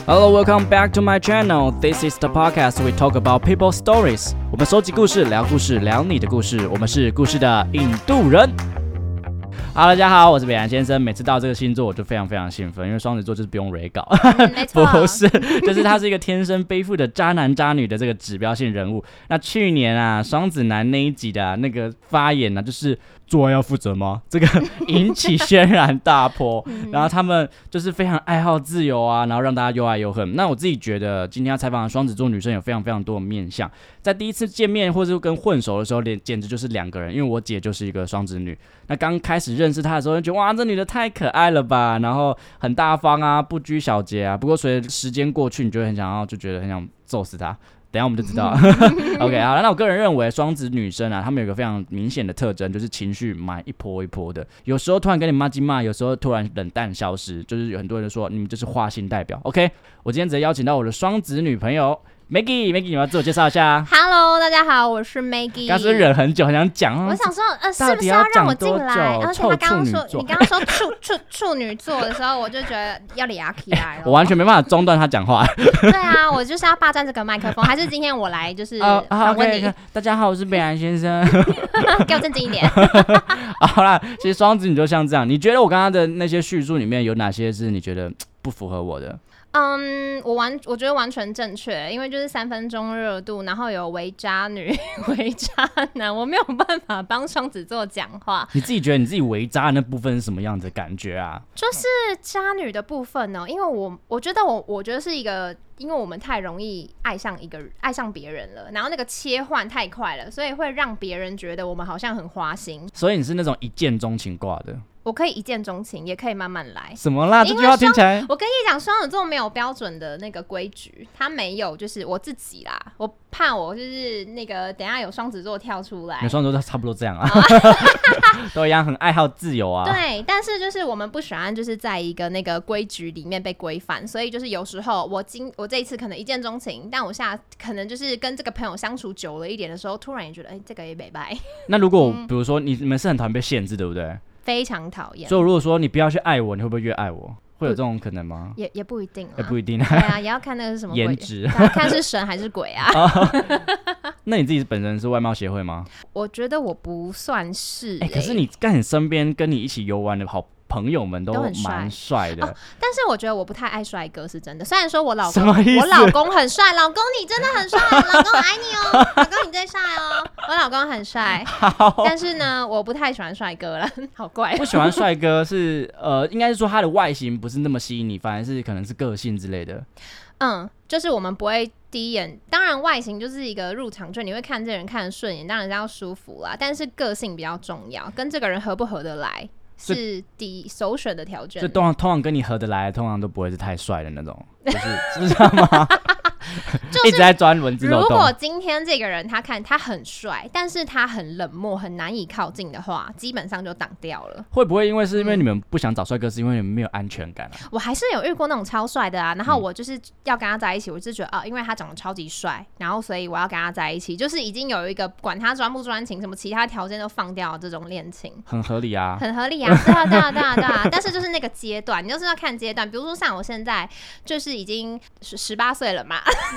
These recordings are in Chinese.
Hello, welcome back to my channel. This is the podcast we talk about people stories. 我们收集故事，聊故事，聊你的故事。我们是故事的印度人。Hello， 大家好，我是北岸先生。每次到这个星座，我就非常非常兴奋，因为双子座就是不用蕊稿， 没错， 不是，就是他是一个天生背负的渣男渣女的这个指标性人物。那去年啊，双子男那一集的、那个发言呢、就是做爱要负责吗？这个引起轩然大波，然后他们就是非常爱好自由啊，然后让大家又爱又恨。那我自己觉得，今天要采访的双子座女生有非常非常多的面向，在第一次见面或是跟混熟的时候，简直就是两个人。因为我姐就是一个双子女，那刚开始认识她的时候，就觉得哇，这女的太可爱了吧，然后很大方啊，不拘小节啊。不过随着时间过去，你就会很想要，就觉得很想揍死她。等一下我们就知道了。OK， 好，那我个人认为双子女生啊，她们有一个非常明显的特征，就是情绪蛮一波一波的，有时候突然跟你骂鸡骂，有时候突然冷淡消失，就是有很多人说你们就是花心代表。OK， 我今天直接邀请到我的双子女朋友。Maggie， 你要自我介绍一下。 Hello， 大家好，我是 Maggie。 刚是忍很久，很想讲。 我想说，是不是要让我进来？而且他刚刚说，你刚刚说处女座的时候，我就觉得要俩起来了。 我完全没办法中断他讲话。 对啊，我就是要霸占这个麦克风，还是今天我来就是访问你？ 大家好，我是北岸先生。 给我正经一点。 好啦，其实双子女就像这样，你觉得我刚刚的那些叙述里面有哪些是你觉得不符合我的？ 我觉得完全正确，因为就是3分钟热度，然后有为渣女、为渣男，我没有办法帮双子座讲话。 你自己觉得你自己为渣的那部分是什么样的感觉啊？ 就是渣女的部分呢，因为我觉得是一个，因为我们太容易爱上别人了，然后那个切换太快了，所以会让别人觉得我们好像很花心。 所以你是那种一见钟情挂的？ 我可以一见钟情，也可以慢慢来。 什么啦？这句话听起来…… 我跟你讲，双子座没有标准的那个规矩，他没有，就是我自己啦。我怕我就是那个，等一下有双子座跳出来， 双子座差不多这样啊，都一样，很爱好自由啊。 对，但是就是我们不喜欢就是在一个那个规矩里面被规范，所以就是有时候我这一次可能一见钟情，但我可能就是跟这个朋友相处久了一点的时候，突然也觉得这个也没拜。 那如果比如说你们是很讨厌被限制，对不对？ 非常讨厌。 所以如果说你不要去爱我，你会不会越爱我？会有这种可能吗？ 也不一定啊， 也不一定。 对啊，也要看那个是什么颜值， 看是神还是鬼啊。 那你自己本身是外貌协会吗？ 我觉得我不算是。 可是你看你身边跟你一起游玩的好朋友们都蛮帅的。 但是我觉得我不太爱帅哥，是真的。虽然说我老公很帅，老公你真的很帅，老公爱你哦，老公你最帅哦，我老公很帅。但是呢，我不太喜欢帅哥了，好怪。 不喜欢帅哥是应该是说他的外形不是那么吸引你，反而是可能是个性之类的。 就是我们不会第一眼，当然外形就是一个入场券，你会看这人看得顺眼，当然是要舒服啦。但是个性比较重要，跟这个人合不合得来是首选的条件。 就通常跟你合得来，通常都不会是太帅的那种，是这样吗？一直在钻文字漏洞。 如果今天这个人他很帅，但是他很冷漠，很难以靠近的话，基本上就挡掉了。 会不会因为你们不想找帅哥，是因为你们没有安全感啊？ 我还是有遇过那种超帅的啊，然后我就是要跟他在一起，我就觉得因为他长得超级帅，然后所以我要跟他在一起，就是已经有一个管他专不专情，什么其他条件都放掉的这种恋情， 很合理啊， 很合理啊，对啊。但是就是那个阶段，你就是要看阶段，比如说像我现在就是已经18岁了嘛。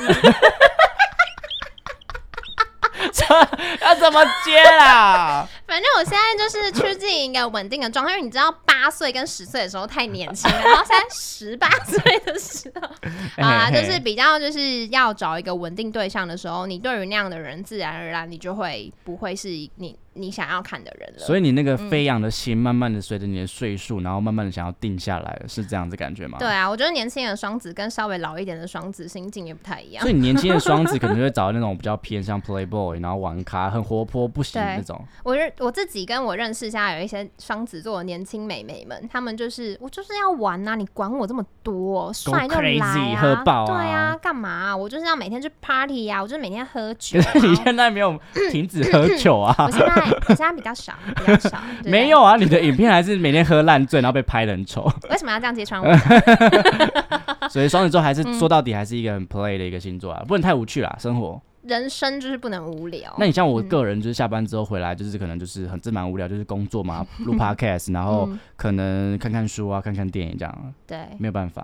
要怎么接啦？ 反正我现在就是趋近一个稳定的状态，因为你知道8岁跟10岁的时候太年轻了，然后现在18岁的时候就是比较就是要找一个稳定对象的时候，你对于那样的人，自然而然你就会不会是你想要看的人了。 所以你那个飞扬的心，慢慢的随着你的岁数，然后慢慢的想要定下来了，是这样子感觉吗？ 对啊，我觉得年轻的双子跟稍微老一点的双子心境也不太一样。 所以年轻的双子可能就会找那种比较偏向 playboy， 然后玩咖，很活泼不行那种。 我自己跟我认识现在有一些双子座的年轻美眉们，他们就是我就是要玩啊，你管我这么多，帅就来啊， 喝爆啊， 对啊，干嘛啊？我就是要每天去 party 啊，我就是每天喝酒可是你现在没有停止喝酒啊？ 我现在比较少。 没有啊，你的影片还是每天喝烂醉，然后被拍得很丑。 为什么要这样揭穿我？ 所以双子座还是说到底还是一个很 play 的一个星座啊，不能太无趣啦，生活。 人生就是不能无聊。 那你像我个人，就是下班之后回来，就是可能就是真蛮无聊，就是工作嘛，录 podcast， 然后可能看看书啊，看看电影这样。 对， 没有办法。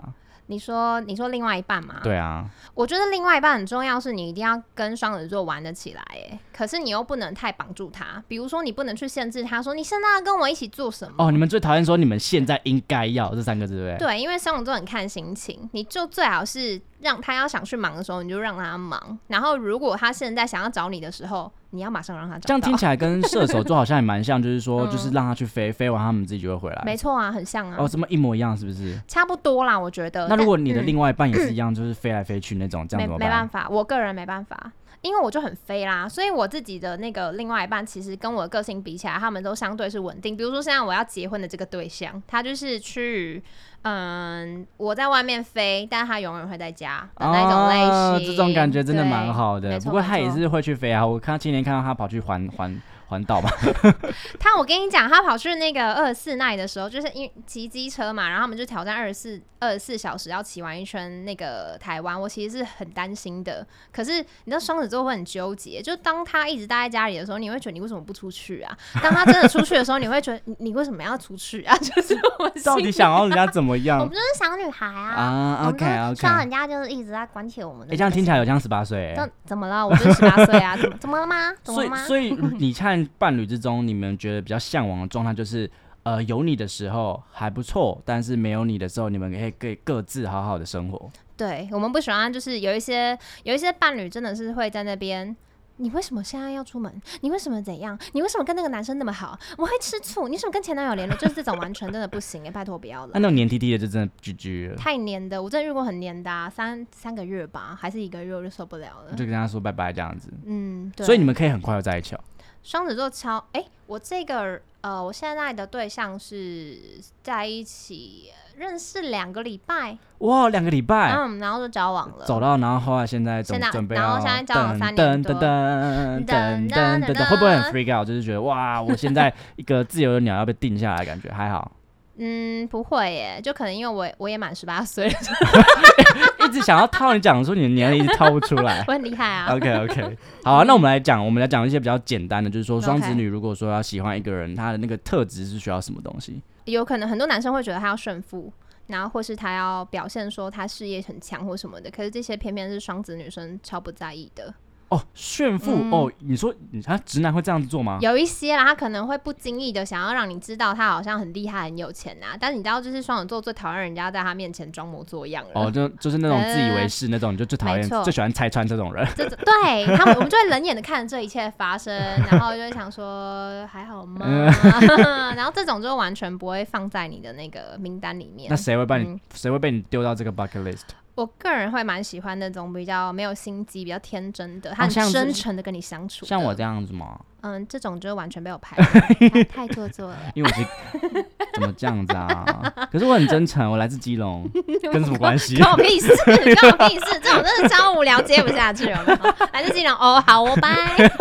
你说另外一半吗？ 对啊， 我觉得另外一半很重要，是你一定要跟双子座玩得起来，可是你又不能太绑住他。比如说，你不能去限制他说你现在要跟我一起做什么。 哦，你们最讨厌说你们现在应该要这3个字，对不对？ 对，因为双子座很看心情，你就最好是让他要想去忙的时候，你就让他忙。然后，如果他现在想要找你的时候，你要马上让他找到。 这样听起来跟射手座好像也蛮像，就是说，就是让他去飞，飞完他们自己就会回来。 没错啊，很像啊。 哦，这么一模一样，是不是？ 差不多啦，我觉得。 那如果你的另外一半也是一样，就是飞来飞去那种，这样怎么办？ 没办法，我个人没办法。因为我就很飞啦，所以我自己的那个另外一半，其实跟我的个性比起来，他们都相对是稳定。比如说现在我要结婚的这个对象，他就是趋于我在外面飞，但他永远会在家的那种类型。 这种感觉真的蛮好的。不过他也是会去飞啊，我今年看到他跑去环岛吧。 我跟你讲，他跑去那个24耐的时候，就是因为骑机车嘛，然后他们就挑战24小时要骑完一圈那个台湾。我其实是很担心的，可是你知道双子座会很纠结，就当他一直待在家里的时候，你会觉得你为什么不出去啊？当他真的出去的时候，你会觉得你为什么要出去啊？就是我到底想要人家怎么样？ 我们就是小女孩啊，OK， 希望人家就是一直在关切我们的。 这样听起来有像18岁， 怎么了？我就是18岁啊，怎么了吗？ 所以你看伴侣之中，你们觉得比较向往的状态就是，有你的时候还不错，但是没有你的时候，你们可以各自好好的生活。 对，我们不喜欢就是有一些伴侣真的是会在那边。你为什么现在要出门？你为什么怎样？你为什么跟那个男生那么好？我会吃醋。你为什么跟前男友联络？就是这种完全真的不行拜托不要了。 那种黏 T T 的就真的 GG 了。 太黏的，我真的遇过很黏的3个月吧，还是1个月我就受不了了。 就跟他说拜拜这样子。 对。 所以你们可以很快就在一起。 双子座我这个我现在的对象是在一起认识2个礼拜。 哇，2个礼拜。 然后就交往了。 走到，然后后来现在准备要， 然后现在交往3年多。 会不会很 freak out？ 就是觉得哇，我现在一个自由的鸟要被定下来，感觉还好。 不会耶，就可能因为我也满18岁了。 一直想要套你讲说你的年龄一直套不出来。 我很厉害啊。 OK， 好啊，那我们来讲一些比较简单的，就是说双子女如果说要喜欢一个人，他的那个特质是需要什么东西？ 有可能很多男生会觉得他要炫富，然后或是他要表现说他事业很强或什么的，可是这些偏偏是双子女生超不在意的。 炫富你说他直男会这样子做吗？ 有一些啦，他可能会不经意的想要让你知道他好像很厉害很有钱啊，但是你知道就是双子座最讨厌人家在他面前装模作样了。 就是那种自以为是那种，你就最讨厌最喜欢拆穿这种人。 对，我们就会冷眼的看着这一切发生，然后就会想说还好吗？然后这种就完全不会放在你的那个名单里面。 那谁会被你丢到这个 bucket list？ 我个人会蛮喜欢那种比较没有心机、比较天真的，他很真诚的跟你相处。 像我这样子吗？ 这种就完全被我排太做作了。 因为我怎么这样子啊？可是我很真诚，我来自基隆，跟什么关系？ 关我屁事！这种真的超无聊，接不下去了。来自基隆好拜。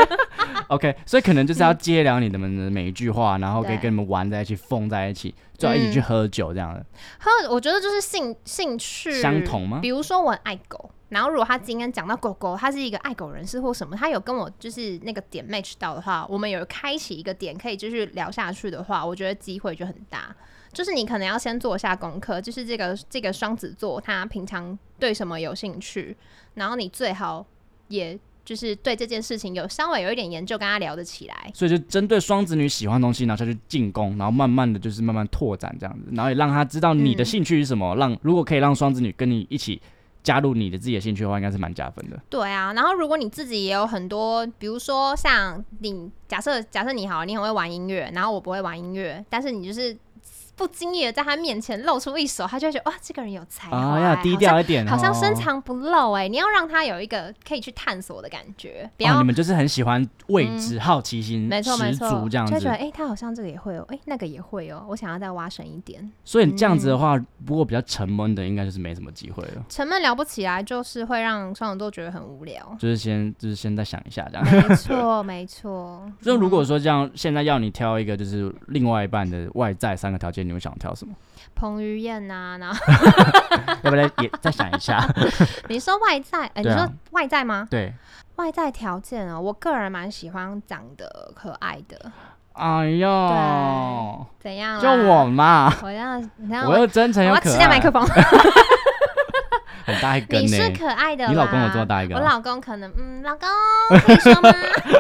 OK， 所以可能就是要接聊你们的每一句话，然后可以跟你们玩在一起、疯在一起，就要一起去喝酒这样的。 我觉得就是兴趣相同吗？ 比如说我很爱狗。然后如果他今天讲到狗狗，他是一个爱狗人士或什么，他有跟我就是那个点 match 到的话，我们有开启一个点可以继续聊下去的话，我觉得机会就很大。就是你可能要先做一下功课，就是这个双子座他平常对什么有兴趣，然后你最好也就是对这件事情稍微有一点研究，跟他聊得起来。 所以就针对双子女喜欢的东西，然后下去进攻，然后慢慢的就是慢慢拓展这样子，然后也让他知道你的兴趣是什么。如果可以让双子女跟你一起加入你的自己的兴趣的话，应该是蛮加分的。 对啊，然后如果你自己也有很多，比如说像你假设你好，你很会玩音乐，然后我不会玩音乐，但是你就是不经意的在他面前露出一手，他就会觉得哇，这个人有才华， 要低调一点， 好像深藏不露你要让他有一个可以去探索的感觉。不要你们就是很喜欢未知、好奇心十足这样子， 就觉得他好像这个也会那个也会我想要再挖深一点。 所以这样子的话，不过比较沉闷的，应该就是没什么机会了。 沉闷聊不起来，就是会让双子座觉得很无聊。 就是先再想一下这样。 没错。 就如果说这样，现在要你挑一个就是另外一半的外在3个条件，你会想挑什么？ 彭于晏啊，然后要不然也再想一下。 你说外在，你说外在吗？ 对， 外在条件我个人蛮喜欢长得可爱的。 哎呦， 怎样？ 就我嘛，我又真诚又可爱。 我要吃掉麦克风。 很大一根你是可爱的啦。 你老公有这么大一根？ 我老公可能老公可以说吗？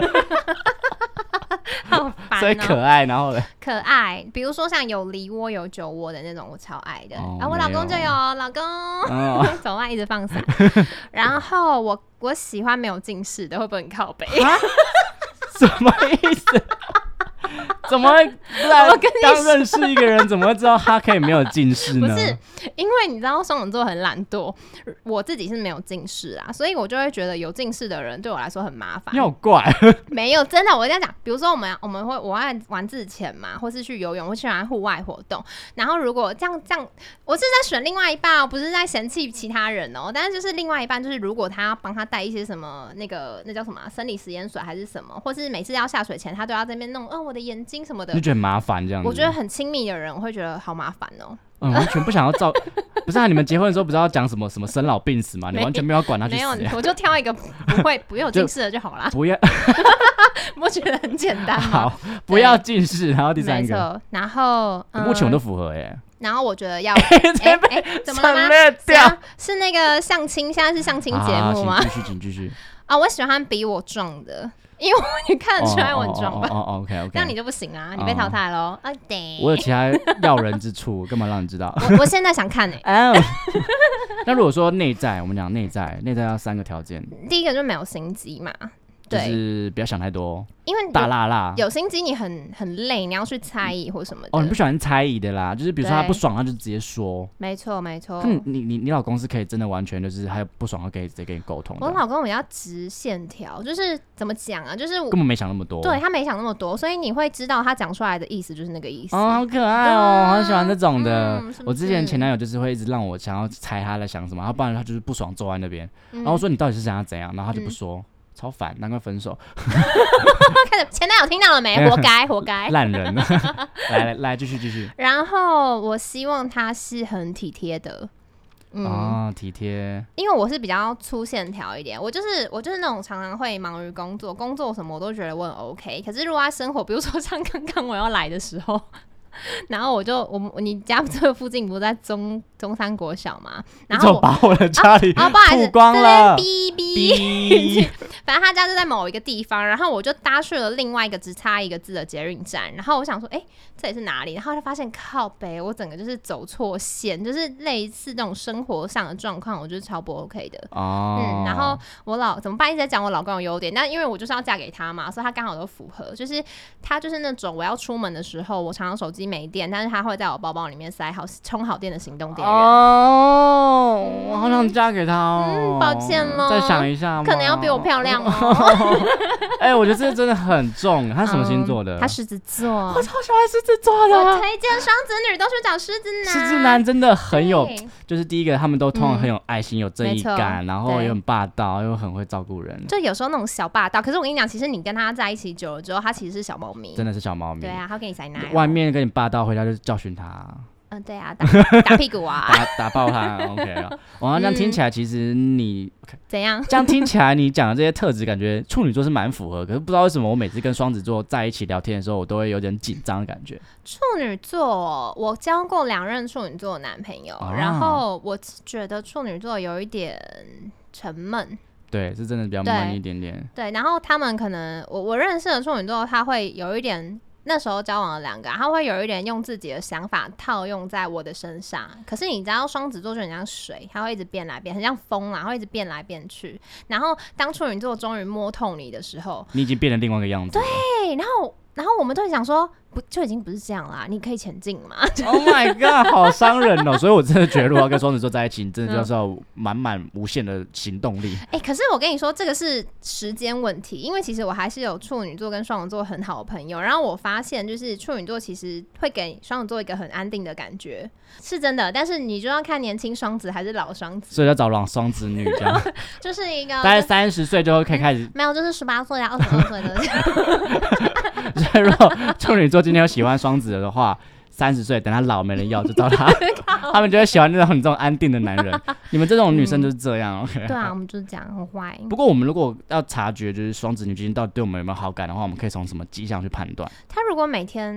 好烦哦。 所以可爱，然后可爱，比如说像有梨窝有酒窝的那种，我超爱的。我老公就有，老公走外一直放伞。然后我喜欢没有近视的，会不会很靠北？ 什么意思？怎么会刚认识一个人，怎么会知道他可以没有近视呢？ 不是，因为你知道双子座很懒惰，我自己是没有近视啊，所以我就会觉得有近视的人对我来说很麻烦。 你好怪， 没有真的，我跟你讲，比如说我爱玩自潜嘛，或是去游泳，我喜欢户外活动。然后如果这样，我是在选另外一半，不是在嫌弃其他人哦。但是就是另外一半，就是如果他要帮他带一些什么那叫什么生理食盐水还是什么，或是每次要下水前他都要在那边弄，我的眼睛什么的， 就觉得很麻烦这样子。 我觉得很亲密的人，我会觉得好麻烦哦。 完全不想要不是啊？你们结婚的时候不是要讲什么生老病死吗？你完全没有管他去死。 没有，我就挑一个不有近视的就好啦。 不要， 不觉得很简单吗？ 好，不要近视。然后第三个， 没错。然后目前我都符合耶。 然后我觉得要怎么了吗？ 是那个相亲，现在是相亲节目吗？ 请继续。 我喜欢比我壮的。因为你看得出来我很壮吧 ？OK， 那你就不行啊，你被淘汰喽。 我有其他要人之处，干嘛让你知道？ 我现在想看那如果说内在，我们讲内在要3个条件。 第一个就没有心机嘛， 就是不要想太多， 因为大辣有心机你很累，你要去猜疑或什么的。 你不喜欢猜疑的啦，就是比如说他不爽，他就直接说。 没错。 你老公是可以真的完全就是还有不爽，他可以直接跟你沟通的。 我老公比较直线条，就是怎么讲啊，就是根本没想那么多。 对，他没想那么多，所以你会知道他讲出来的意思就是那个意思。 好可爱哦，很喜欢这种的。 是不是？ 我之前前男友就是会一直让我想要猜他在想什么，不然他就是不爽坐在那边，然后我说你到底是想要怎样，然后他就不说。超烦，难怪分手。 看着前男友听到了没？活该， 烂人。来，继续。 然后我希望他是很体贴的。 体贴。 因为我是比较粗线条一点，我就是那种常常会忙于工作什么我都觉得我很 OK。可是如果他生活，比如说像刚刚我要来的时候。然后你家这附近不是在中山国小吗？然后我把我的家里曝光了，哔。 反正他家就在某一个地方，然后我就搭去了另外一个只差一个字的捷运站，然后我想说，这里是哪里？然后就发现靠北，我整个就是走错线，就是类似那种生活上的状况，我觉得超不 OK 的。然后怎么办？一直在讲我老公有优点，但因为我就是要嫁给他嘛，所以他刚好都符合。就是他就是那种我要出门的时候，我常常手机没电，但是他会在我包包里面塞好充好电的行动电源。 我好想嫁给他哦。 抱歉咯， 再想一下， 可能要比我漂亮哦。 我觉得这真的很重。他什么星座的？ 他狮子座。 我超喜欢狮子座的。 我推荐双子女都去找狮子男。 狮子男真的很有，就是第一个他们都通常很有爱心、有正义感，然后又很霸道，又很会照顾人。 就有时候那种小霸道，可是我跟你讲，其实你跟他在一起久了之后，他其实是小猫咪， 真的是小猫咪。 对啊，他会给你塞奶。 外面跟你霸道，回家就教训他。 对啊，打屁股啊， 打爆他。OK 啊。这样听起来，其实你怎样？ 这样听起来，你讲的这些特质，感觉处女座是蛮符合。可是不知道为什么，我每次跟双子座在一起聊天的时候，我都会有点紧张的感觉。 处女座，我交过2任处女座的男朋友，然后我觉得处女座有一点沉闷。 对，是真的比较闷一点点。 对，然后他们可能我认识的处女座，他会有一点。那时候交往了2个，他会有一点用自己的想法套用在我的身上。可是你知道双子座就很像水，他会一直变来变，很像风啦，会一直变来变去。然后当处女座终于摸透你的时候， 你已经变成另外一个样子了。 对，然后我们都会想说，就已经不是这样啦，你可以前进嘛。 Oh my god， 好伤人哦！所以我真的觉得，如果要跟双子座在一起，你真的就是要满无限的行动力。 可是我跟你说，这个是时间问题，因为其实我还是有处女座跟双子座很好的朋友，然后我发现就是处女座其实会给双子座一个很安定的感觉，是真的。但是你就要看年轻双子还是老双子， 所以要找双子女这样， 就是一个大概30岁就可以开始， 没有，就是18岁啊，22岁的。 所以如果处女座今天有喜欢双子的话，30岁等他老没人要就找他，他们就会喜欢你这种安定的男人。你们这种女生就是这样。OK。 对啊，我们就是这样，很坏。 不过我们如果要察觉就是双子女今天到底对我们有没有好感的话，我们可以从什么迹象去判断？ 他如果每天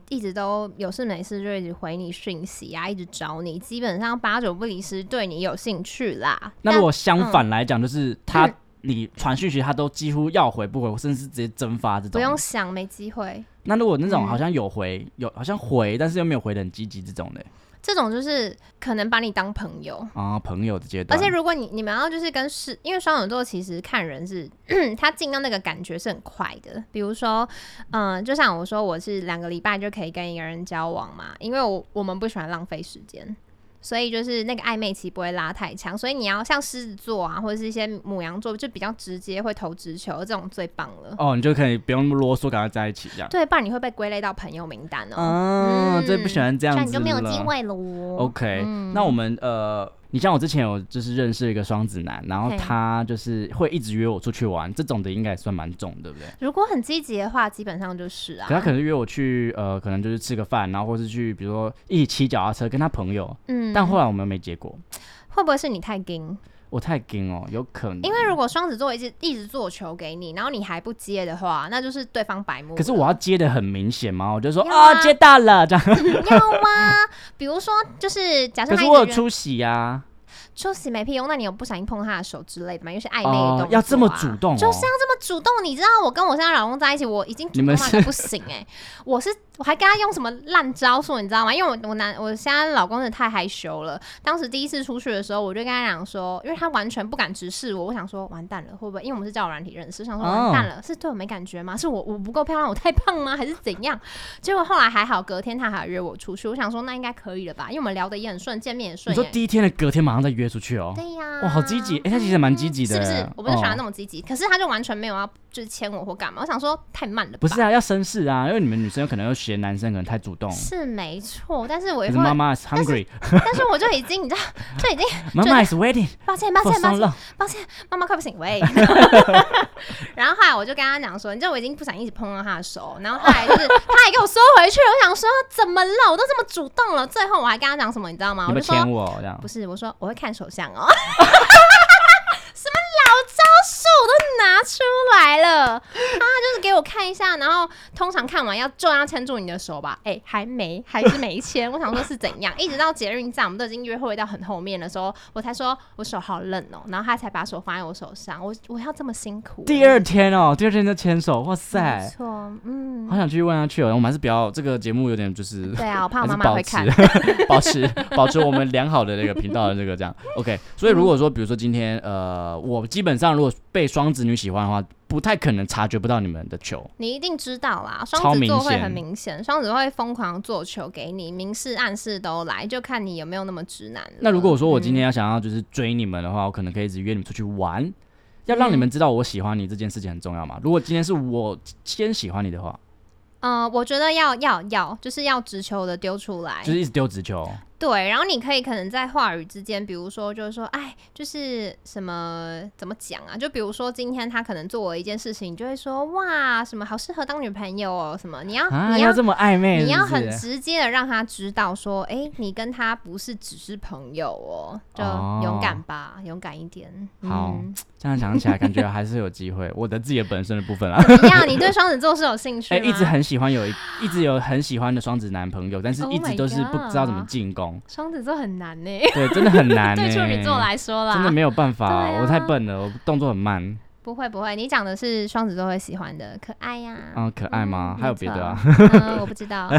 一直都有事没事就一直回你讯息啊，一直找你，基本上8、9不离10对你有兴趣啦。 那如果相反来讲，就是他你传讯息他都几乎要回不回，甚至直接蒸发这种， 不用想，没机会。 那如果那种好像有回，好像回，但是又没有回得很积极这种的， 这种就是可能把你当朋友啊，朋友的阶段。 而且如果你们要就是因为双子座其实看人是他进到那个感觉是很快的。比如说，就像我说，我是2个礼拜就可以跟一个人交往嘛，因为我们不喜欢浪费时间。所以就是那个暧昧期不会拉太长，所以你要像狮子座啊，或者是一些牡羊座，就比较直接，会投直球，这种最棒了。 哦，你就可以不用那么啰嗦，赶快在一起这样。 对，不然你会被归类到朋友名单哦。 最不喜欢这样子了， 这样你就没有机会了。 OK，那我们你像我之前有就是认识一个双子男，然后他就是会一直约我出去玩，这种的应该也算蛮重，对不对？ 如果很积极的话，基本上就是啊。 可他可能约我去可能就是吃个饭，然后或是去比如说一起骑脚踏车跟他朋友，但后来我们没结果。 会不会是你太硬？ 我太硬哦，有可能。 因为如果双子座一直做球给你，然后你还不接的话，那就是对方白目。 可是我要接的很明显吗？我就说接到了这样。 要啊，比如说就是假设他可是我有出席啊。 出席没屁用，那你有不小心碰他的手之类的吗？因为是暧昧的动作要这么主动就是要这么主动。你知道我跟我现在老公在一起，我已经主动到不行我还跟他用什么烂招数，你知道吗？因为我现在老公真的太害羞了。当时第一次出去的时候，我就跟他讲说，因为他完全不敢直视我，我想说完蛋了，会不会因为我们是交友软体认识，想说完蛋了，是对我没感觉吗？是我不够漂亮，我太胖吗？还是怎样？结果后来还好，隔天他还约我出去，我想说那应该可以了吧，因为我们聊得也很顺，见面也顺。 你说第一天的隔天马上再约出去哦？ 对呀， 哇，好积极！他其实蛮积极的， 是不是？我不是喜欢那么积极，可是他就完全没有要就是牵我或干嘛。我想说太慢了吧？ 不是啊，要绅士啊，因为你们女生有可能要学男生可能太主动。 是没错，但是我也会。 妈妈 is hungry， 但是我就已经你知道，就已经妈妈 is waiting。 抱歉，妈妈快不行喂。然后后来我就跟他讲说，你知道我已经不想一直碰到他的手，然后他还给我缩回去。我想说怎么了？我都这么主动了，最后我还跟他讲什么，你知道吗？ 你就说牵我这样？ 不是，我说我会看手相哦。什么老招数我都拿出来了，他就是给我看一下，然后通常看完就要牵住你的手吧，还是没牵。我想说是怎样，一直到捷运站，我们都已经约会到很后面的时候，我才说我手好冷哦，然后他才把手放在我手上。我要这么辛苦？ 第二天就牵手，哇塞， 没错，好想去问他去哦。我们还是不要这个节目有点就是对啊，我怕我妈妈会看， 保持我们良好的那个频道的这个这样 OK。所以如果说比如说今天我基本上如果被双子女喜欢的话，不太可能察觉不到你们的球。 你一定知道啦，双子座会很明显，双子会疯狂做球给你，明示暗示都来，就看你有没有那么直男了。 那如果我说我今天想要就是追你们的话，我可能可以一直约你们出去玩，要让你们知道我喜欢你这件事情很重要嘛。如果今天是我先喜欢你的话， 我觉得要就是要直球的丢出来， 就是一直丢直球。 对，然后你可以可能在话语之间，比如说就是说，就是什么怎么讲啊？就比如说今天他可能做了一件事情，你就会说哇，什么好适合当女朋友哦，什么你要这么暧昧，你要很直接的让他知道说，你跟他不是只是朋友哦，就勇敢吧，勇敢一点。 好，这样想起来感觉还是有机会。我的自己的本身的部分啊， 怎么样？你对双子座是有兴趣吗？ 一直很喜欢一直有很喜欢的双子男朋友，但是一直都是不知道怎么进攻。 双子座很难呢， 对，真的很难呢。 对处女座来说啦， 真的没有办法，我太笨了，我动作很慢。 不会，你讲的是双子座会喜欢的，可爱呀。 可爱吗？还有别的啊？ 我不知道。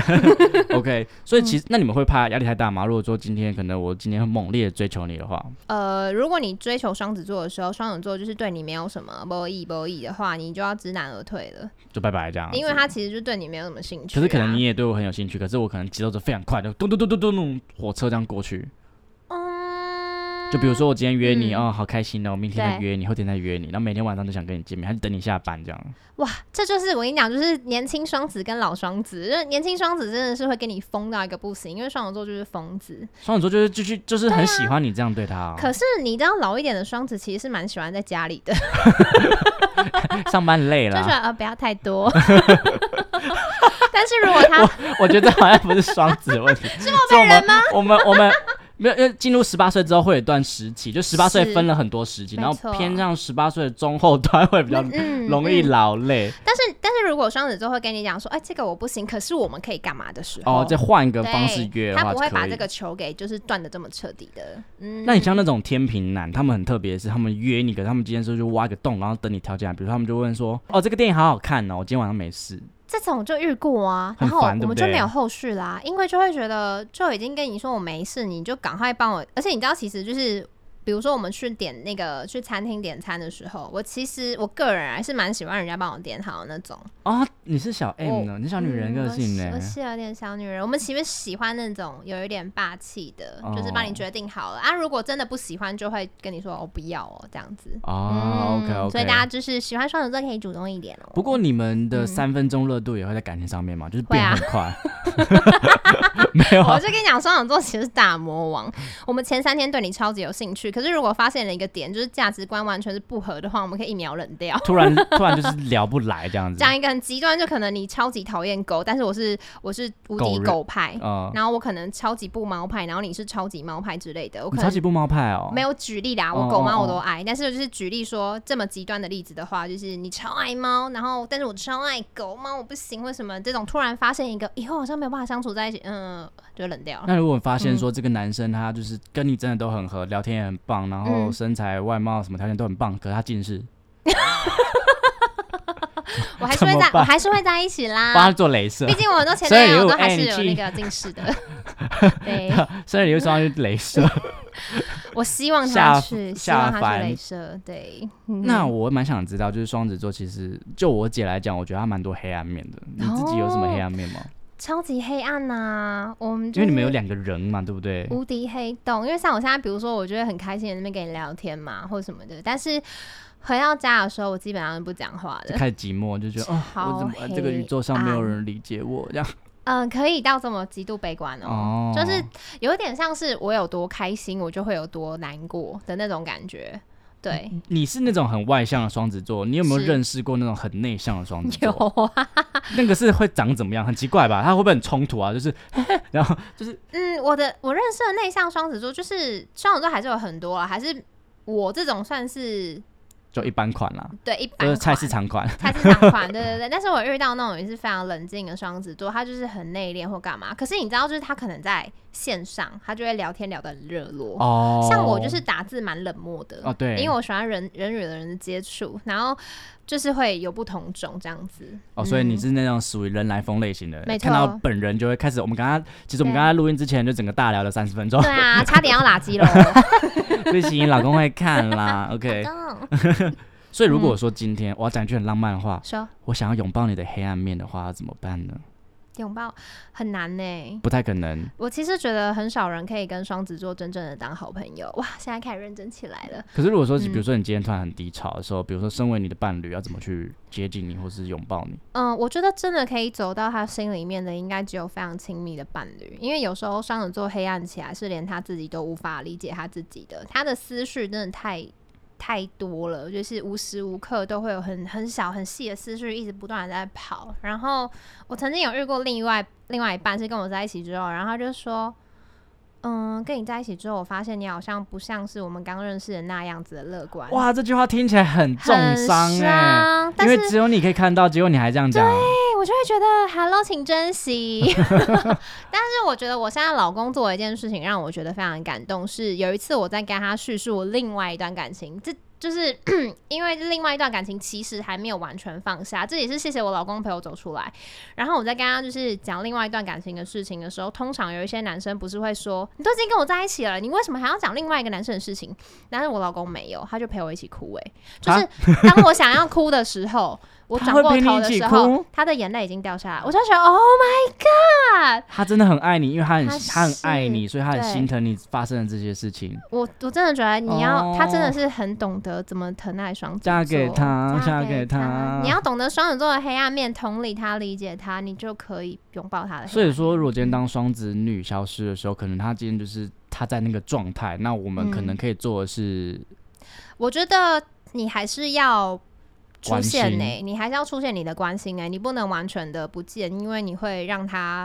OK， 所以其实那你们会怕压力太大吗？如果说今天可能我今天很猛烈的追求你的话， 如果你追求双子座的时候，双子座就是对你没有什么不意的话，你就要知难而退了， 就拜拜这样。 因为他其实就对你没有什么兴趣。 可是可能你也对我很有兴趣，可是我可能节奏就非常快，就咚咚咚咚咚火车这样过去。就比如说我今天约你好开心哦，我明天再约你，后天再约你，然后每天晚上都想跟你见面，还是等你下班这样。 哇，这就是我跟你讲，就是年轻双子跟老双子，就是年轻双子真的是会跟你疯到一个不行，因为双子座就是疯子， 双子座就是很喜欢你这样对他。 可是你知道老一点的双子其实是蛮喜欢在家里的， 上班累了， 就说不要太多。但是如果他， 我觉得好像不是双子的问题， 是我本人吗？ 我们没有，因为进入18岁之后会有一段时期，就18岁分了很多时期，然后没错偏向18岁的中后段会比较容易劳累。 但是如果双子座会跟你讲说，哎，这个我不行，可是我们可以干嘛的时候， 再换一个方式约的话， 他不会把这个球给就是断的这么彻底的。 那你像那种天秤男，他们很特别的是，他们约你，可是他们今天说就挖一个洞，然后等你跳进来。比如说他们就问说，这个电影好好看哦，我今天晚上没事。 这种就遇过啊，然后我们就没有后续啦，因为就会觉得就已经跟你说我没事，你就赶快帮我。而且你知道，其实就是比如说我们去点那个去餐厅点餐的时候，其实我个人还是蛮喜欢人家帮我点好的那种。 你是小 M 呢？你是小女人个性呢？ 我是有点小女人。我们其实喜欢那种有一点霸气的，就是帮你决定好了啊。如果真的不喜欢，就会跟你说不要这样子。 OK。 所以大家就是喜欢双子座可以主动一点哦。 不过你们的3分钟热度也会在感情上面吗？就是变很快。没有我就跟你讲，双子座其实是大魔王。我们前3天对你超级有兴趣，可是如果发现了一个点，就是价值观完全是不合的话，我们可以一秒冷掉。突然就是聊不来这样子。 讲一个很极端，就可能你超级讨厌狗，但是我是无敌狗派，然后我可能超级不猫派，然后你是超级猫派之类的。我可能超级不猫派哦。 没有举例啦，我狗猫我都爱，但是就是举例说这么极端的例子的话，就是你超爱猫，然后但是我超爱狗，猫我不行，为什么？这种突然发现一个以后好像没有办法相处在一起，就冷掉了。 那如果发现说这个男生他就是跟你真的都很合，聊天也很棒，然后身材外貌什么条件都很棒，可是他近视。 我还是会在一起啦， 帮他做雷射。 毕竟我很多前男友都还是有那个近视的。对， 生日礼物送他去雷射。 我希望他去雷射。对， 那我蛮想知道，就是双子座，其实就我姐来讲，我觉得他蛮多黑暗面的。你自己有什么黑暗面吗？ 超级黑暗呐，我们因为你们有2个人嘛，对不对？ 无敌黑洞。因为像我现在，比如说，我觉得很开心的那边跟你聊天嘛，或者什么的，但是回到家的时候，我基本上是不讲话的， 就开始寂寞，就觉得我怎么这个宇宙上没有人理解我这样。 可以到这么极度悲观哦，就是有点像是我有多开心，我就会有多难过的那种感觉。对， 你是那种很外向的双子座，你有没有认识过那种很内向的双子座？ 有啊。 那个是会长怎么样？很奇怪吧？他会不会很冲突啊？就是然后就是我认识的内向双子座，就是双子座还是有很多啊，还是我这种算是就一般款啦， 对，一般款， 就是菜市场款， 对。但是我遇到那种也是非常冷静的双子座，他就是很内敛或干嘛。可是你知道，就是他可能在线上，他就会聊天聊得很热络。像我就是打字蛮冷漠的。对，因为我喜欢人与人的接触，然后就是会有不同种这样子。 所以你是那种属于人来疯类型的， 没错。 看到本人就会开始。我们刚才录音之前就整个大聊了30分钟。 对啊，差点要拉机了。 不行，老公会看啦。OK。所以如果说今天我要讲一句很浪漫的话，说我想要拥抱你的黑暗面的话，要怎么办呢？ 拥抱很难呢， 不太可能。 我其实觉得很少人可以跟双子座真正的当好朋友。哇，现在开始认真起来了。 可是如果说，比如说你今天突然很低潮的时候，比如说身为你的伴侣，要怎么去接近你或是拥抱你？ 我觉得真的可以走到他心里面的，应该只有非常亲密的伴侣。因为有时候双子座黑暗起来，是连他自己都无法理解他自己的，他的思绪真的太多了，就是无时无刻都会有很小很细的思绪一直不断的在跑。然后我曾经有遇过另外一半是跟我在一起之後，然后他就说跟你在一起之后，我发现你好像不像是我们刚认识的那样子的乐观。 哇，这句话听起来很重伤因为只有你可以看到，结果你还这样讲。 对，我就会觉得 Hello 请珍惜。但是我觉得我现在老公做了一件事情让我觉得非常感动，是有一次我在跟他叙述另外一段感情，就是因为另外一段感情其实还没有完全放下，这也是谢谢我老公陪我走出来。然后我在跟他就是讲另外一段感情的事情的时候，通常有一些男生不是会说你都已经跟我在一起了，你为什么还要讲另外一个男生的事情？但是我老公没有，他就陪我一起哭。就是当我想要哭的时候，我转过头的时候，他的眼泪已经掉下来，我就觉得 Oh my God， 他真的很爱你，因为他很爱你，所以他很心疼你发生的这些事情。 我真的觉得他真的是很懂得怎么疼爱双子座， 嫁给他， 你要懂得双子座的黑暗面，同理他，理解他，你就可以拥抱他的黑暗面。 所以说，如果今天当双子女消失的时候，可能他今天就是他在那个状态，那我们可能可以做的是， 我觉得你还是要出现你还是要出现你的关心你不能完全的不见，因为你会让他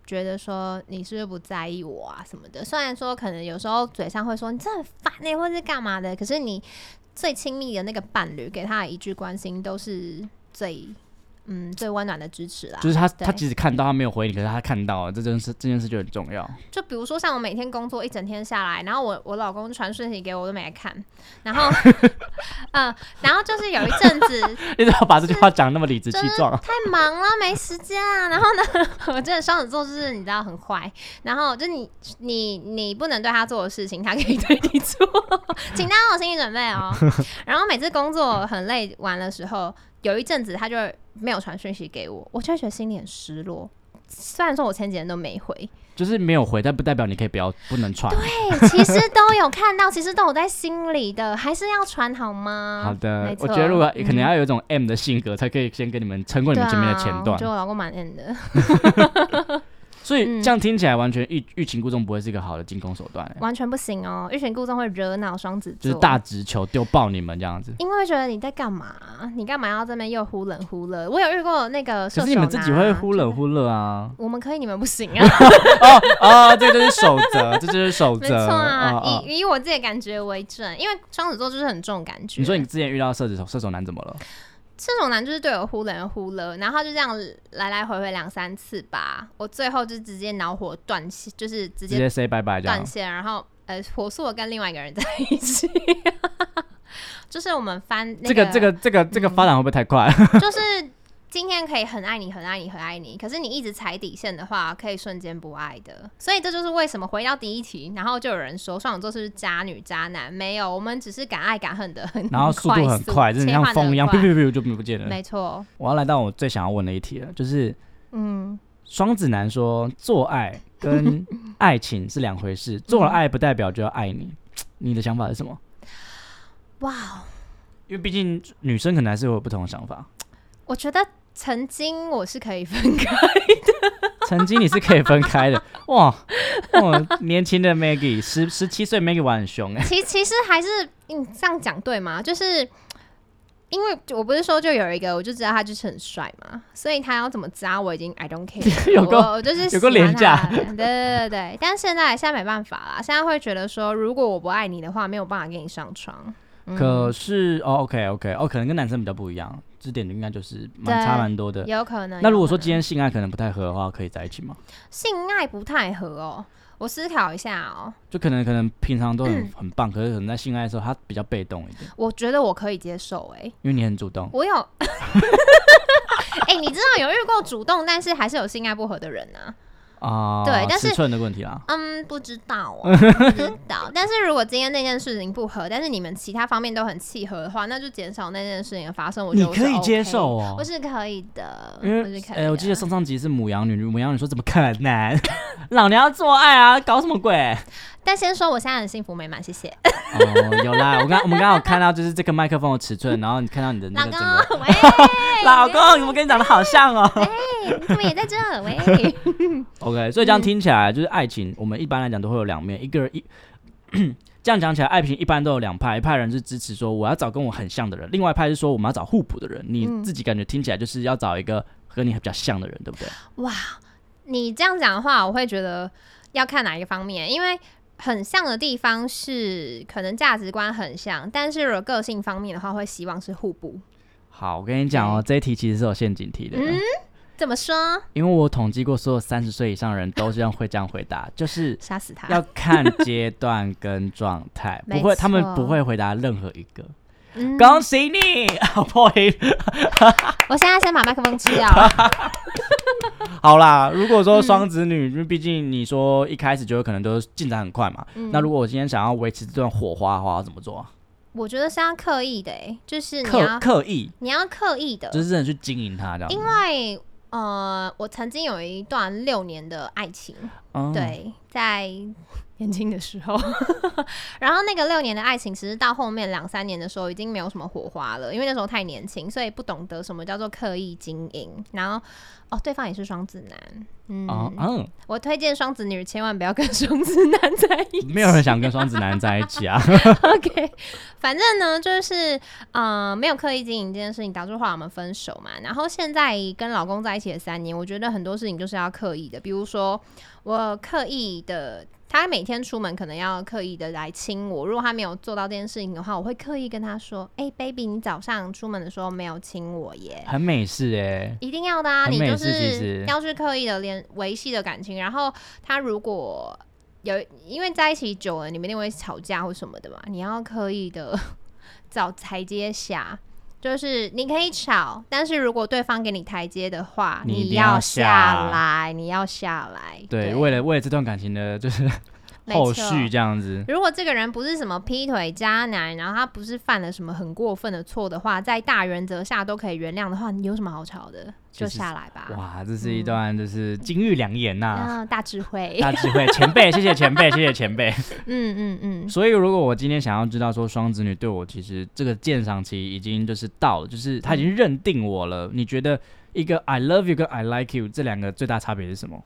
觉得说你是不是不在意我啊什么的。虽然说可能有时候嘴上会说你真的很烦欸，或是干嘛的，可是你最亲密的那个伴侣给他的一句关心都是最温暖的支持啦。 就是他即使看到他没有回你，可是他看到了这件事就很重要。 就比如说像我每天工作一整天下来，然后我老公传讯息给我，我都没来看，然后然后就是有一阵子， 你怎么把这句话讲那么理直气壮？ 太忙了，没时间啊。然后呢，我真的双子座就是你知道很坏，然后就你不能对他做的事情，他可以对你做，请大家有心理准备哦。然后每次工作很累完的时候，有一阵子他就没有传讯息给我，我就会觉得心里很失落。虽然说我前几天都没回， 就是没有回，但不代表你可以不能传。 对，其实都有看到，其实都有在心里的，还是要传好吗？ 好的，我觉得如果可能要有一种 M 的性格，才可以先跟你们撑过你们前面的前段。 我觉得我老公蛮 M 的。 所以这样听起来，完全欲擒故纵不会是一个好的进攻手段， 完全不行哦！欲擒故纵会惹恼双子座， 就是大直球丢爆你们这样子。 因为会觉得你在干嘛？你干嘛要这边又忽冷忽热？我有遇过那个射手男， 可是你们自己会忽冷忽热啊。 我们可以，你们不行啊！ 这就是守则，这就是守则。 没错啊，以我自己的感觉为准，因为双子座就是很重感觉。 你说你之前遇到射手男怎么了？ 射手男就是对我忽冷忽热，然后就这样来来回回2-3次吧，我最后就直接恼火断线，就是直接 say 拜拜断线，然后火速的跟另外一个人在一起。就是我们翻那个这个发展会不会太快？ 就是今天可以很爱你很爱你很爱你，可是你一直踩底线的话可以瞬间不爱的。所以这就是为什么回到第一题，然后就有人说双子座是渣女渣男，没有，我们只是敢爱敢恨的很， 然后速度很快，就是像风一样就不见了。 没错， 我要来到我最想要问的一题了，就是双子男说做爱跟爱情是两回事，做了爱不代表就要爱你，你的想法是什么？哇，因为毕竟女生可能还是会有不同的想法。 我觉得曾经我是可以分开的， 曾经你是可以分开的，哇，年轻的 Maggie， 17岁 Maggie 玩很凶哎。 其实还是这样讲对吗？就是因为我不是说就有一个，我就知道他就是很帅嘛，所以他要怎么渣我已经 I don't care， 我就是喜欢他，有个廉价，对。但现在没办法啦，现在会觉得说，如果我不爱你的话，没有办法跟你上床。 可是OK， 可能跟男生比较不一样，这点应该就是差蛮多的， 有可能。 那如果说今天性爱可能不太合的话，可以在一起吗？ 性爱不太合哦，我思考一下哦。 就可能平常都很棒，可是可能在性爱的时候他比较被动一点。 我觉得我可以接受因为你很主动。 我有，你知道有遇过主动但是还是有性爱不合的人啊？对，但是尺寸的问题啦。 不知道不知道。但是如果今天那件事情不合，但是你们其他方面都很契合的话，那就减少那件事情的发生。我觉得我是 OK， 你可以接受哦， 我是可以的。 因为我记得上集是母羊女说怎么可能，老娘要做爱啊，搞什么鬼？ 但先说我现在很幸福美满，谢谢。 有啦，我们刚刚有看到就是这个麦克风的尺寸，然后你看到你的那个整个老公，怎么跟你长得好像哦？ 你怎么也在这？喂。 OK， 所以这样听起来就是爱情，我们一般来讲都会有两面，这样讲起来，爱情一般都有两派，一派人是支持说我要找跟我很像的人，另外一派是说我们要找互补的人。你自己感觉听起来就是要找一个和你比较像的人，对不对？ 哇，你这样讲的话，我会觉得要看哪一个方面，因为很像的地方是可能价值观很像，但是如果个性方面的话，会希望是互补。 好，我跟你讲这一题其实是有陷阱题的。 怎么说？ 因为我统计过，所有30岁以上的人都会这样回答，就是杀死他。 要看阶段跟状态，他们不会回答任何一个。恭喜你，好破音。 我现在先把麦克风吃掉。 好啦，如果说双子女，因为毕竟你说一开始就有可能都进展很快嘛，那如果我今天想要维持这段火花的话，要怎么做啊？ 我觉得是要刻意的就是你要刻意的， 就是真的去经营它这样。 因为我曾经有一段6年的爱情，对， 在年轻的时候然后那个6年的爱情其实到后面2-3年的时候已经没有什么火花了，因为那时候太年轻，所以不懂得什么叫做刻意经营。然后对方也是双子男，我推荐双子女千万不要跟双子男在一起， 没有人想跟双子男在一起啊 OK， 反正呢就是没有刻意经营这件事情导致后来我们分手嘛。然后现在跟老公在一起的3年，我觉得很多事情就是要刻意的，比如说我刻意的，他每天出门可能要刻意的来亲我，如果他没有做到这件事情的话，我会刻意跟他说baby 你早上出门的时候没有亲我耶， 很美式一定要的啊，你就很美式是要去刻意的维系的感情。然后他如果因为在一起久了你们一定会吵架或什么的嘛，你要刻意的找台阶下，就是你可以吵，但是如果对方给你台阶的话，你要下来，你要下来。 对，为了这段感情的就是后续这样子。 如果这个人不是什么劈腿渣男，然后他不是犯了什么很过分的错的话，在大原则下都可以原谅的话，你有什么好吵的？就下来吧。 哇，这是一段就是金玉良言呐， 大智慧， 大智慧，前辈，谢谢前辈，谢谢前辈。所以如果我今天想要知道说双子女对我其实这个鉴赏期已经就是到了，就是他已经认定我了，你觉得一个 I love you 跟 I like you 这两个最大差别是什么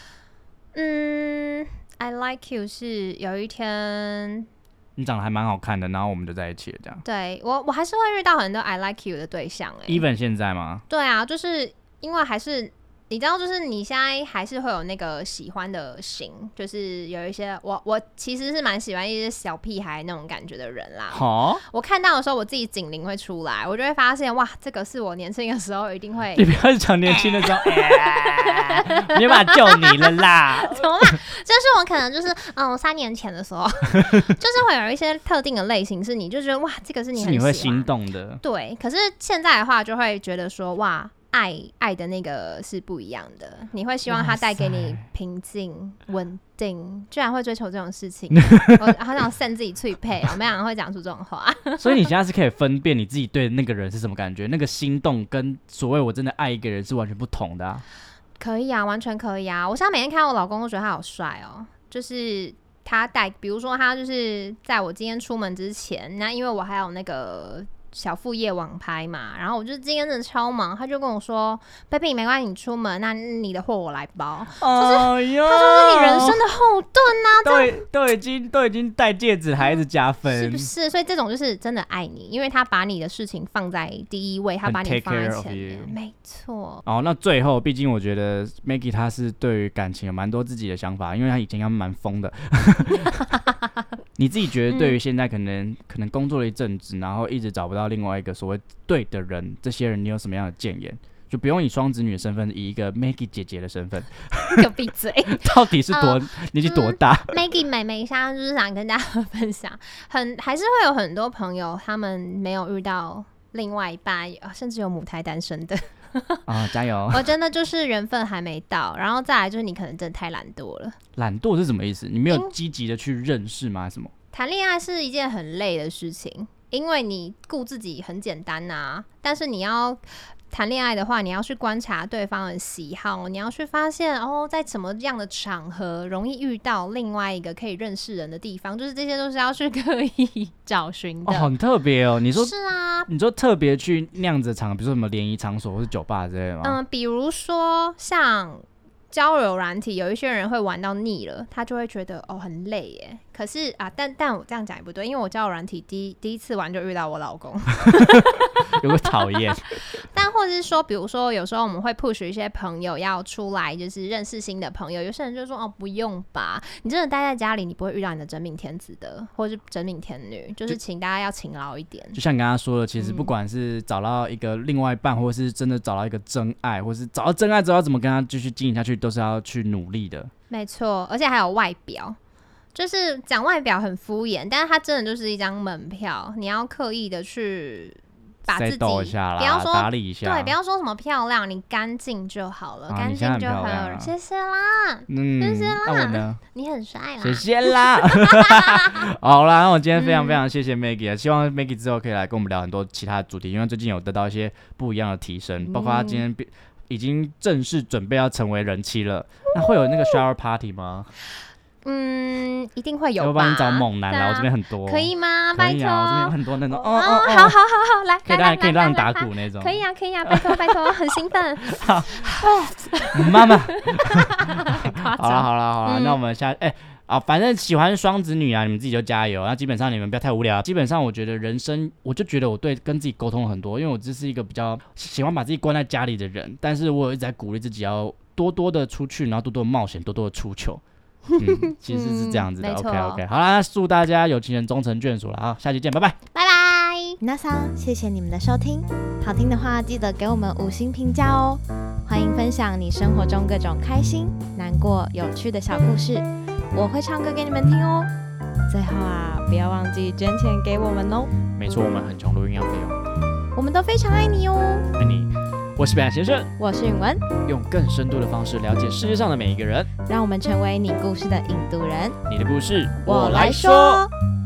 ？I like you 是有一天你长得还蛮好看的，然后我们就在一起了，这样。 对，我还是会遇到很多 I like you 的对象 even 现在吗？ 对啊，就是因为还是你知道，就是你现在还是会有那个喜欢的型，就是有一些我其实是蛮喜欢一些小屁孩那种感觉的人啦。我看到的时候，我自己警铃会出来，我就会发现哇，这个是我年轻的时候一定会。 你不要讲年轻的时候，没办法救你了啦。 怎么办？就是我可能就是3年前的时候，就是会有一些特定的类型，是你就觉得哇，这个是你很喜欢， 是你会心动的。 对，可是现在的话，就会觉得说哇。爱的那个是不一样的，你会希望它带给你平静、稳定，居然会追求这种事情，我好想扇自己脆配，我没想到会讲出这种话。 所以你现在是可以分辨你自己对那个人是什么感觉，那个心动跟所谓我真的爱一个人是完全不同的啊。 可以啊，完全可以啊！我现在每天看到我老公都觉得他好帅哦，就是他比如说他就是在我今天出门之前，那因为我还有那个。小副业网拍嘛，然后我就今天真的超忙，他就跟我说 ：“baby， 没关系，你出门，那你的货我来包。”就是他说是你人生的后盾啊， 都已经戴戒指，还一直加分， 是不是？所以这种就是真的爱你，因为他把你的事情放在第一位，他把你放在前面，没错。 那最后，毕竟我觉得 Maggie 她是对于感情有蛮多自己的想法，因为她以前还蛮疯的。你自己觉得对于现在可能工作了一阵子，然后一直找不到另外一个所谓对的人，这些人你有什么样的建言？就不用以双子女的身份，以一个 Maggie 姐姐的身份。 给我闭嘴！ 到底是年纪多大 ？Maggie 妹妹现在就是想跟大家分享，还是会有很多朋友他们没有遇到另外一半，甚至有母胎单身的。 加油！ 我真的就是缘分还没到，然后再来就是你可能真的太懒惰了。 懒惰是什么意思？你没有积极的去认识吗？还是什么？ 谈恋爱是一件很累的事情，因为你顾自己很简单啊，但是你要谈恋爱的话，你要去观察对方的喜好，你要去发现在什么样的场合容易遇到另外一个可以认识人的地方，就是这些都是要去刻意找寻的。 很特别哦。你说是啊， 你说特别去那样子的场合，比如说什么联谊场所或是酒吧之类的吗？ 比如说像交友软体，有一些人会玩到腻了，他就会觉得很累耶。可是但我这样讲也不对，因为我交友软体第一次玩就遇到我老公， 有个讨厌。 但或者是说，比如说有时候我们会 push 一些朋友要出来，就是认识新的朋友。有些人就说不用吧，你真的待在家里，你不会遇到你的真命天子的，或者是真命天女。就是请大家要勤劳一点。 就像你刚刚说的，其实不管是找到一个另外一半，或是真的找到一个真爱，或是找到真爱之后要怎么跟他继续经营下去，都是要去努力的。 没错，而且还有外表。就是讲外表很敷衍，但是它真的就是一张门票，你要刻意的去把自己不要说打理一下， 对，不要说什么漂亮，你干净就好了，干净就好了。谢谢啦，谢谢啦。 那我呢？ 你很帅啦， 谢谢啦。好啦，那我今天非常非常谢谢 Maggie，希望 Maggie 之后可以来跟我们聊很多其他的主题，因为最近有得到一些不一样的提升，包括他今天已经正式准备要成为人妻了。那会有那个 shower party 吗？ 一定会有吧。 要不然你找猛男啦，我这边很多。 可以吗？ 可以啊，我这边有拜托。 很多那种。 好，来， 可以让你打鼓那种。 可以啊，拜托，很兴奋。 妈妈。 夸张。 好了，那我们反正喜欢双子女啊，你们自己就加油。那基本上你们不要太无聊。基本上我觉得人生，我就觉得我对跟自己沟通很多，因为我只是一个比较喜欢把自己关在家里的人，但是我有一直在鼓励自己要多多的出去，然后多多的冒险，多多的出糗。其实是这样子的。OK， 好啦，祝大家有情人终成眷属了。好，下期见，拜拜， 拜拜。 皆さん，谢谢你们的收听。好听的话，记得给我们5星评价哦。欢迎分享你生活中各种开心、难过、有趣的小故事，我会唱歌给你们听哦。最后啊，不要忘记捐钱给我们哦。 没错，我们很穷，录音要费用。 我们都非常爱你哦。 爱你，我是北岸先生， 我是允文， 用更深度的方式了解世界上的每一个人， 让我们成为你故事的引渡人。 你的故事我来说。